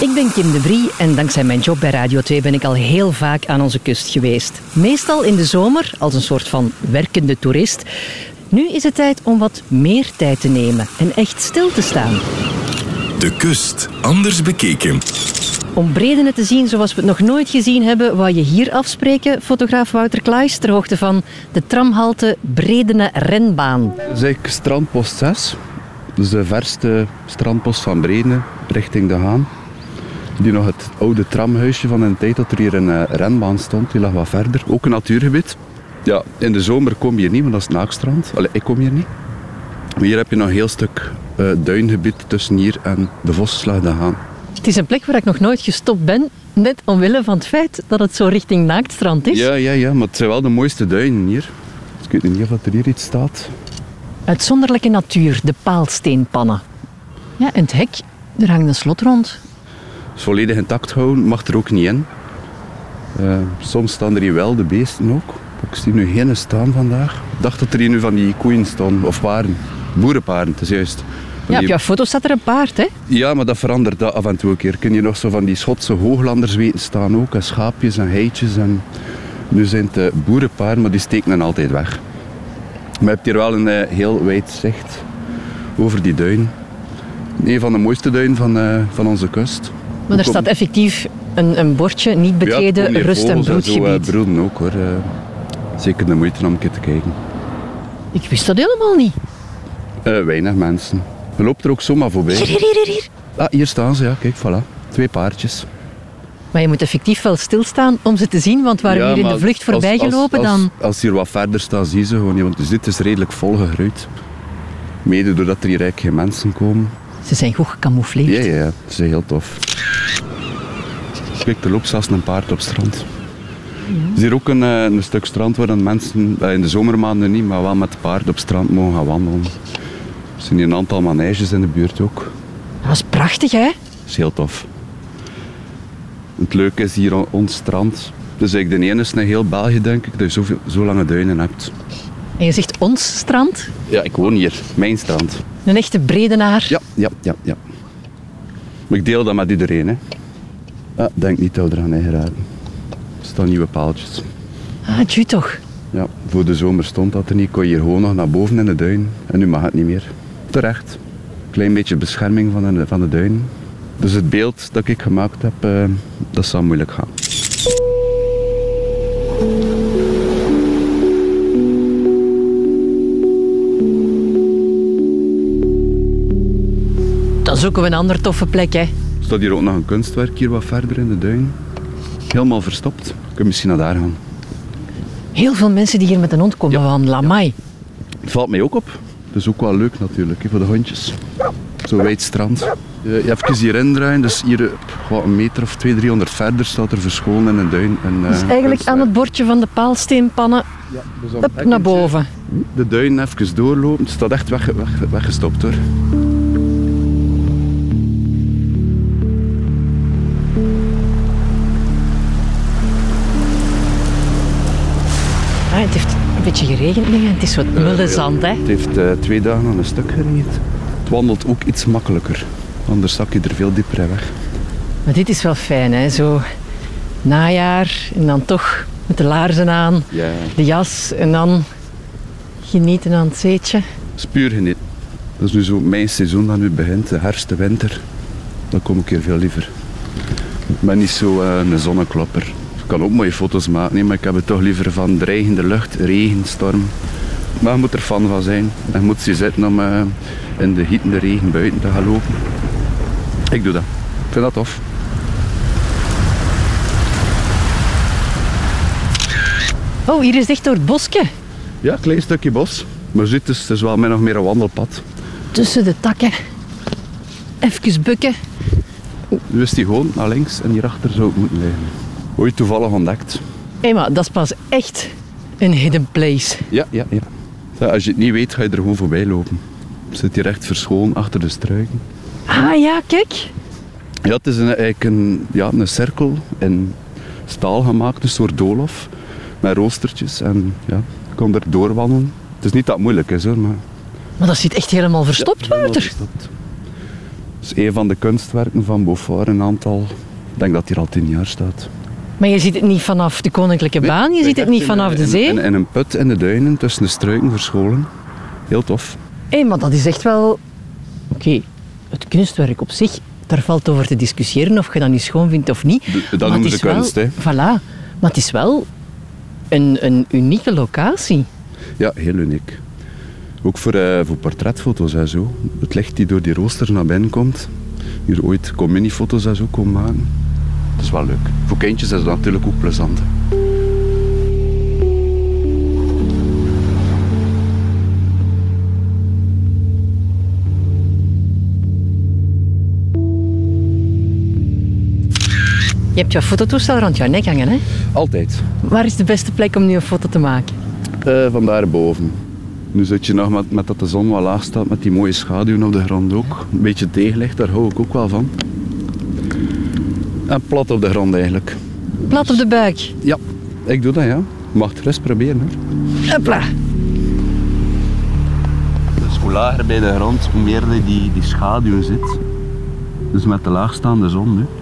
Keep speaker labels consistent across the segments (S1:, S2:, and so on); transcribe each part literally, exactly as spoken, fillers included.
S1: Ik ben Kim de Vrie en dankzij mijn job bij Radio twee ben ik al heel vaak aan onze kust geweest. Meestal in de zomer, als een soort van werkende toerist. Nu is het tijd om wat meer tijd te nemen en echt stil te staan.
S2: De kust, anders bekeken.
S1: Om Bredene te zien zoals we het nog nooit gezien hebben, wou je hier afspreken, fotograaf Wouter Klaes, ter hoogte van de tramhalte Bredene Renbaan.
S3: Dat is eigenlijk strandpost zes. Dus de verste strandpost van Bredene, richting De Haan. Die nog het oude tramhuisje van een tijd dat er hier een uh, renbaan stond, die lag wat verder. Ook een natuurgebied. Ja, in de zomer kom je hier niet, want dat is naakstrand. Allee, ik kom hier niet. Maar hier heb je nog een heel stuk uh, duingebied tussen hier en de Vosslag De Haan.
S1: Het is een plek waar ik nog nooit gestopt ben, net omwille van het feit dat het zo richting naaktstrand is.
S3: Ja, ja, ja, maar het zijn wel de mooiste duinen hier. Dus ik weet niet of er hier iets staat.
S1: Uitzonderlijke natuur, de paalsteenpannen. Ja, en het hek, er hangt een slot rond.
S3: Dus volledig intact houden, mag er ook niet in. Uh, soms staan er hier wel de beesten ook. Ik zie nu geen staan vandaag. Ik dacht dat er hier nu van die koeien stonden, of paarden. Boerenpaarden, het is juist.
S1: Ja, op jouw foto staat er een paard, hè?
S3: Ja, maar dat verandert dat af en toe een keer. Kun je nog zo van die Schotse hooglanders weten staan ook. En schaapjes en heitjes. En nu zijn het uh, boerenpaarden, maar die steken dan altijd weg. Maar je hebt hier wel een uh, heel wijd zicht over die duin. Een van de mooiste duinen van, uh, van onze kust.
S1: Maar er staat effectief een, een bordje, niet betreden, ja, rust- en broedgebied.
S3: Ja, zo uh, broeden ook hoor. Uh, zeker de moeite om een keer te kijken.
S1: Ik wist dat helemaal niet.
S3: Uh, weinig mensen. Je loopt er ook zomaar voorbij.
S1: Hier, hier, hier, hier.
S3: Ah, hier staan ze, ja. Kijk, voilà. Twee paardjes.
S1: Maar je moet effectief wel stilstaan om ze te zien, want waren
S3: ja,
S1: we hier in de vlucht voorbij
S3: als,
S1: gelopen
S3: als,
S1: dan...
S3: Als, als hier wat verder staan, zie je ze gewoon niet. Want dit is redelijk volgegroeid. Mede doordat er hier eigenlijk geen mensen komen.
S1: Ze zijn goed gecamoufleerd.
S3: Ja, ja, ja. Ze zijn heel tof. Kijk, er loopt zelfs een paard op het strand. Ja. Er is hier ook een, een stuk strand waar mensen, in de zomermaanden niet, maar wel met paard op het strand mogen gaan wandelen. Er zijn hier een aantal maneges in de buurt ook.
S1: Dat is prachtig, hè?
S3: Dat is heel tof. Het leuke is hier ons strand. Dus ik de enige in heel België, denk ik, dat je zoveel, zo lange duinen hebt.
S1: En je zegt ons strand?
S3: Ja, ik woon hier. Mijn strand.
S1: Een echte Bredenaar?
S3: Ja, ja, ja, ja. Maar ik deel dat met iedereen, hè. Ah, denk niet dat we er gaan in geraken. Er staan nieuwe paaltjes.
S1: Ah, tju toch.
S3: Ja, voor de zomer stond dat er niet. Kon je hier gewoon nog naar boven in de duin. En nu mag het niet meer. Terecht. Klein beetje bescherming van de, van de duin. Dus het beeld dat ik gemaakt heb, uh, dat zal moeilijk gaan.
S1: Dan zoeken we een andere toffe plek, hè.
S3: Er staat hier ook nog een kunstwerk hier wat verder in de duin. Helemaal verstopt. Je kunt misschien naar daar gaan.
S1: Heel veel mensen die hier met een hond komen
S3: ja.
S1: wandelen. Amai.
S3: Het valt mij ook op. Dat is ook wel leuk natuurlijk, hè, voor de hondjes. Zo'n wijd strand. Uh, je even hierin draaien, dus hier wat een meter of twee, driehonderd verder staat er verscholen in een duin. En, uh,
S1: dus eigenlijk kunstwerk. Aan het bordje van de paalsteenpannen, ja, dus up naar boven.
S3: De duin even doorlopen, het staat echt weg, weg, weggestopt hoor.
S1: Ah, het heeft een beetje geregend nu en het is wat mulle zand, hè?
S3: Het heeft uh, twee dagen aan een stuk geregend. Het wandelt ook iets makkelijker, anders zak je er veel dieper in weg.
S1: Maar dit is wel fijn, hè? Zo najaar en dan toch met de laarzen aan,
S3: ja.
S1: de jas en dan genieten aan het zeetje.
S3: Dat is puur genieten. Dat is nu zo mijn seizoen dat nu begint, de herfst, de winter. Dan kom ik hier veel liever. Ik ben niet zo uh, een zonneklopper. Ik kan ook mooie foto's maken, nee, maar ik heb het toch liever van dreigende lucht, regen, storm. Maar je moet er fan van zijn. En je moet je zitten om uh, in de gietende regen buiten te gaan lopen. Ik doe dat. Ik vind dat tof.
S1: Oh, hier is echt door het bosje.
S3: Ja, een klein stukje bos. Maar zit dus, het is wel min of meer een wandelpad.
S1: Tussen de takken. Even bukken.
S3: Nu is die gewoon naar links en hierachter zou het moeten liggen. Ooit toevallig ontdekt.
S1: Hé, hey, maar dat is pas echt een hidden place.
S3: Ja, ja, ja. Ja, als je het niet weet, ga je er gewoon voorbij lopen. Het zit hier echt verscholen achter de struiken.
S1: Ah ja, kijk.
S3: Ja, het is een, eigenlijk een, ja, een cirkel in staal gemaakt, een soort doolhof. Met roostertjes en ja, je kon er doorwandelen. Het is niet dat moeilijk is hoor, maar...
S1: Maar dat zit echt helemaal verstopt,
S3: ja,
S1: Wouter.
S3: Verstopt. Dat is een van de kunstwerken van Beaufort, een aantal. Ik denk dat hier al tien jaar staat.
S1: Maar je ziet het niet vanaf de Koninklijke Baan, je ziet het niet vanaf de zee.
S3: In, in een put in de duinen, tussen de struiken verscholen. Heel tof.
S1: Hé, hey, maar dat is echt wel... Oké, okay, het kunstwerk op zich, daar valt over te discussiëren of je dat nu schoon vindt of niet.
S3: De, dat noemen ze kunst,
S1: wel,
S3: hè.
S1: Voilà. Maar het is wel een, een unieke locatie.
S3: Ja, heel uniek. Ook voor, uh, voor portretfoto's en zo. Het licht die door die roosters naar binnen komt. Hier ooit communiefoto's en zo komen maken. Dat is wel leuk. Voor kindjes is dat natuurlijk ook plezant. Hè.
S1: Je hebt jouw fototoestel rond jouw nek hangen, hè?
S3: Altijd.
S1: Waar is de beste plek om nu een foto te maken?
S3: Uh, van daarboven. Nu zit je nog met, met dat de zon wat laag staat, met die mooie schaduwen op de grond ook. Een beetje tegenlicht, daar hou ik ook wel van. En plat op de grond eigenlijk.
S1: Plat op de buik?
S3: Ja, ik doe dat, ja. Mag het gerust proberen, hoor.
S1: Hopla.
S3: Dus hoe lager bij de grond, hoe meer die, die schaduw zit. Dus met de laagstaande zon nu.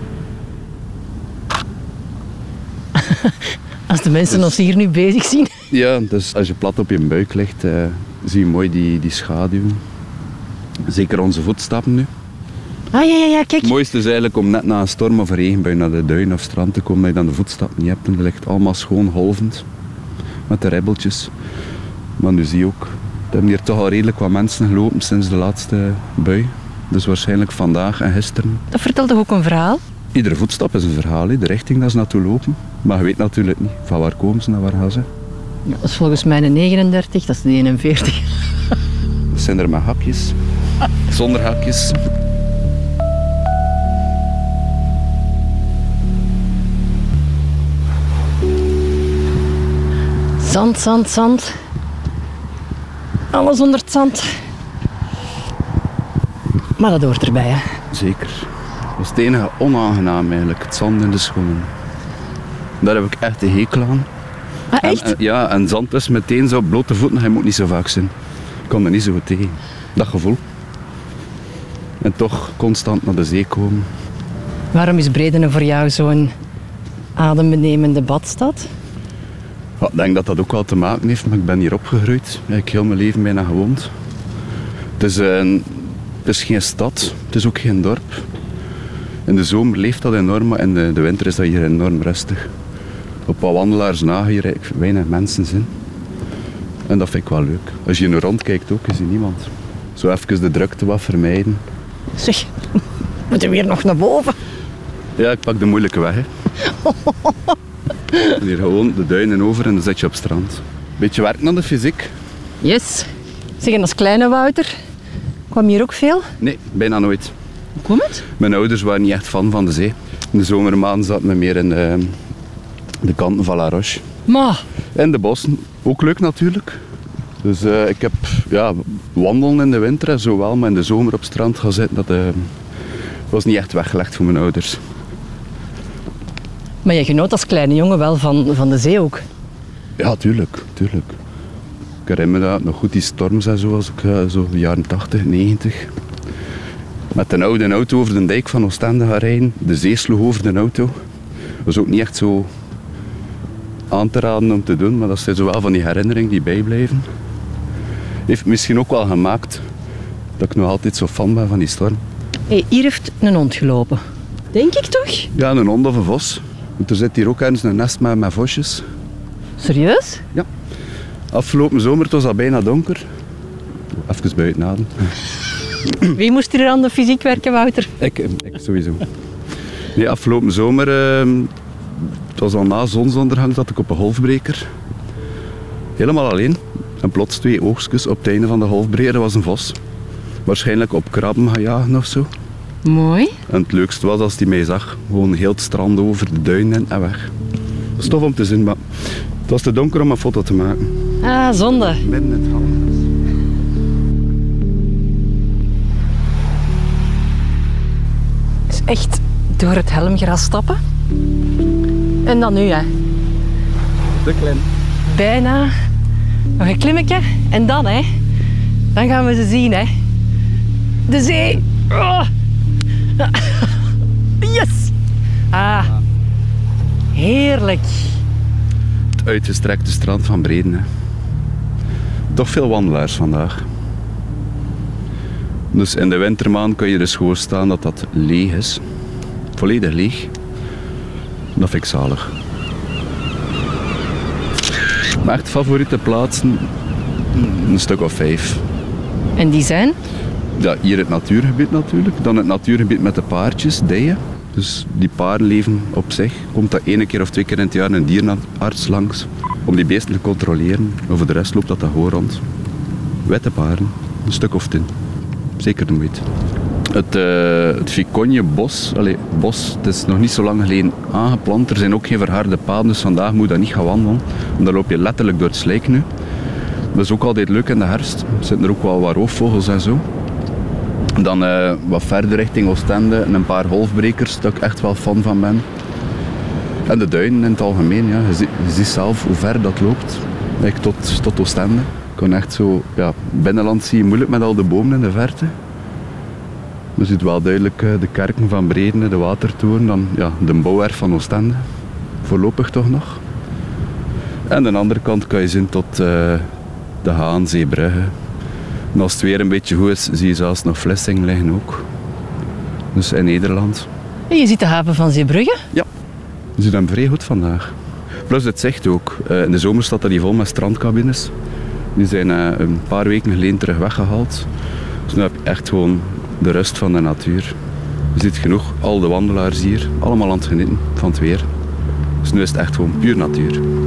S1: Als de mensen
S3: dus,
S1: ons hier nu bezig zien.
S3: Ja, dus als je plat op je buik ligt, uh, zie je mooi die, die schaduw. Zeker onze voetstappen nu.
S1: Ah ja, ja, ja, kijk.
S3: Het mooiste is eigenlijk om net na een storm of een regenbui naar de duin of strand te komen, dat je dan de voetstappen niet hebt. En dat ligt allemaal schoon golvend. Met de ribbeltjes. Maar nu zie je ook, er hebben hier toch al redelijk wat mensen gelopen sinds de laatste bui. Dus waarschijnlijk vandaag en gisteren.
S1: Dat vertelt toch ook een verhaal?
S3: Iedere voetstap is een verhaal, de richting dat ze naartoe lopen. Maar je weet natuurlijk niet van waar komen ze en waar gaan ze.
S1: Ja, dat is volgens mij een negenendertig, dat is de eenenveertig.
S3: Dat zijn er met hakjes. Zonder hakjes.
S1: Zand, zand, zand. Alles onder het zand. Maar dat hoort erbij, hè?
S3: Zeker. Dat is het enige onaangenaam eigenlijk, het zand in de schoenen. Daar heb ik echt een hekel aan.
S1: Ah, echt?
S3: En, en, ja, en zand is meteen zo op blote voeten, hij moet niet zo vaak zijn. Ik kon er niet zo goed tegen. Dat gevoel. En toch constant naar de zee komen.
S1: Waarom is Bredene voor jou zo'n adembenemende badstad?
S3: Ja, ik denk dat dat ook wel te maken heeft, maar ik ben hier opgegroeid. Ik heb heel mijn leven bijna gewoond. Het is, een, het is geen stad, het is ook geen dorp. In de zomer leeft dat enorm, maar in de, de winter is dat hier enorm rustig. Op wat wandelaars na hier weinig mensen zijn. En dat vind ik wel leuk. Als je nu rondkijkt ook, is er niemand. Zo even de drukte wat vermijden.
S1: Zeg, moeten we hier nog naar boven?
S3: Ja, ik pak de moeilijke weg. Hè. Hier gewoon de duinen over en dan zit je op het strand. Beetje werken aan de fysiek.
S1: Yes. Zeg, en als kleine Wouter, kwam hier ook veel?
S3: Nee, bijna nooit.
S1: Hoe komt het?
S3: Mijn ouders waren niet echt fan van de zee. In de zomermaanden zaten we meer in de, de kanten van La Roche.
S1: Maar.
S3: En de bossen. Ook leuk natuurlijk. Dus uh, ik heb ja, wandelen in de winter en zo wel, maar in de zomer op het strand gaan zitten, dat uh, was niet echt weggelegd voor mijn ouders.
S1: Maar je genoot als kleine jongen wel van, van de zee ook?
S3: Ja, tuurlijk, tuurlijk. Ik herinner me dat nog goed, die storms en zo, als ik uh, zo de jaren tachtig, negentig. Met een oude auto over de dijk van Oostende gaan rijden. De zee sloeg over de auto. Dat was ook niet echt zo aan te raden om te doen, maar dat zijn zo wel van die herinneringen die bijblijven. Heeft misschien ook wel gemaakt dat ik nog altijd zo fan ben van die storm.
S1: Hey, hier heeft een hond gelopen. Denk ik toch?
S3: Ja, een hond of een vos. Want er zit hier ook ergens een nest met, met vosjes.
S1: Serieus?
S3: Ja. Afgelopen zomer was dat bijna donker. Even buiten adem.
S1: Wie moest hier aan de fysiek werken, Wouter?
S3: Ik, ik sowieso. Nee, afgelopen zomer, uh, het was al na zonsondergang, zat ik op een golfbreker. Helemaal alleen. En plots twee oogstjes op het einde van de golfbreker was een vos. Waarschijnlijk op krabben gaan jagen of zo.
S1: Mooi.
S3: En het leukste was als hij mij zag. Gewoon heel het strand over, de duinen en weg. Dat is tof om te zien, maar het was te donker om een foto te maken.
S1: Ah, zonde.
S3: Midden in het helmgras.
S1: Dus echt door het helmgras stappen. En dan nu, hè.
S3: Te klein.
S1: Bijna. Nog een klimmetje. En dan, hè. Dan gaan we ze zien, hè. De zee. Oh. Yes! Ah, heerlijk.
S3: Het uitgestrekte strand van Breden. Hè. Toch veel wandelaars vandaag. Dus in de wintermaand kun je dus gewoon staan dat dat leeg is. Volledig leeg. Dat vind ik zalig. Mijn echt favoriete plaatsen, een stuk of vijf.
S1: En die zijn?
S3: Ja, hier het natuurgebied natuurlijk. Dan het natuurgebied met de paardjes, dijen. Dus die paarden leven op zich. Komt dat één keer of twee keer in het jaar een dierenarts langs. Om die beesten te controleren. Over de rest loopt dat dan gewoon rond. Witte paarden, een stuk of tien. Zeker de moeite. Het, uh, het Viconje-bos, allee, bos, het is nog niet zo lang geleden aangeplant. Er zijn ook geen verharde paden, dus vandaag moet je dat niet gaan wandelen. Want dan loop je letterlijk door het slijk nu. Dat is ook altijd leuk in de herfst. Er zitten er ook wel wat roofvogels en zo. Dan uh, wat verder richting Oostende en een paar golfbrekers, daar ik echt wel fan van ben. En de duinen in het algemeen, ja. Je, ziet, je ziet zelf hoe ver dat loopt. Like tot, tot Oostende. Je kan echt zo, ja, binnenland zie je moeilijk met al de bomen in de verte. Je ziet wel duidelijk uh, de kerken van Breden, de watertoren, dan ja, de bouwwerf van Oostende. Voorlopig toch nog. En aan de andere kant kan je zien tot uh, de Haanzeebrugge. En als het weer een beetje goed is, zie je zelfs nog Vlissingen liggen ook. Dus in Nederland.
S1: En je ziet de haven van Zeebrugge?
S3: Ja, je ziet hem vrij goed vandaag. Plus het zicht ook. Uh, in de zomer staat dat hier vol met strandcabines. Die zijn uh, een paar weken geleden terug weggehaald. Dus nu heb je echt gewoon de rust van de natuur. Je ziet genoeg, al de wandelaars hier, allemaal aan het genieten van het weer. Dus nu is het echt gewoon puur natuur.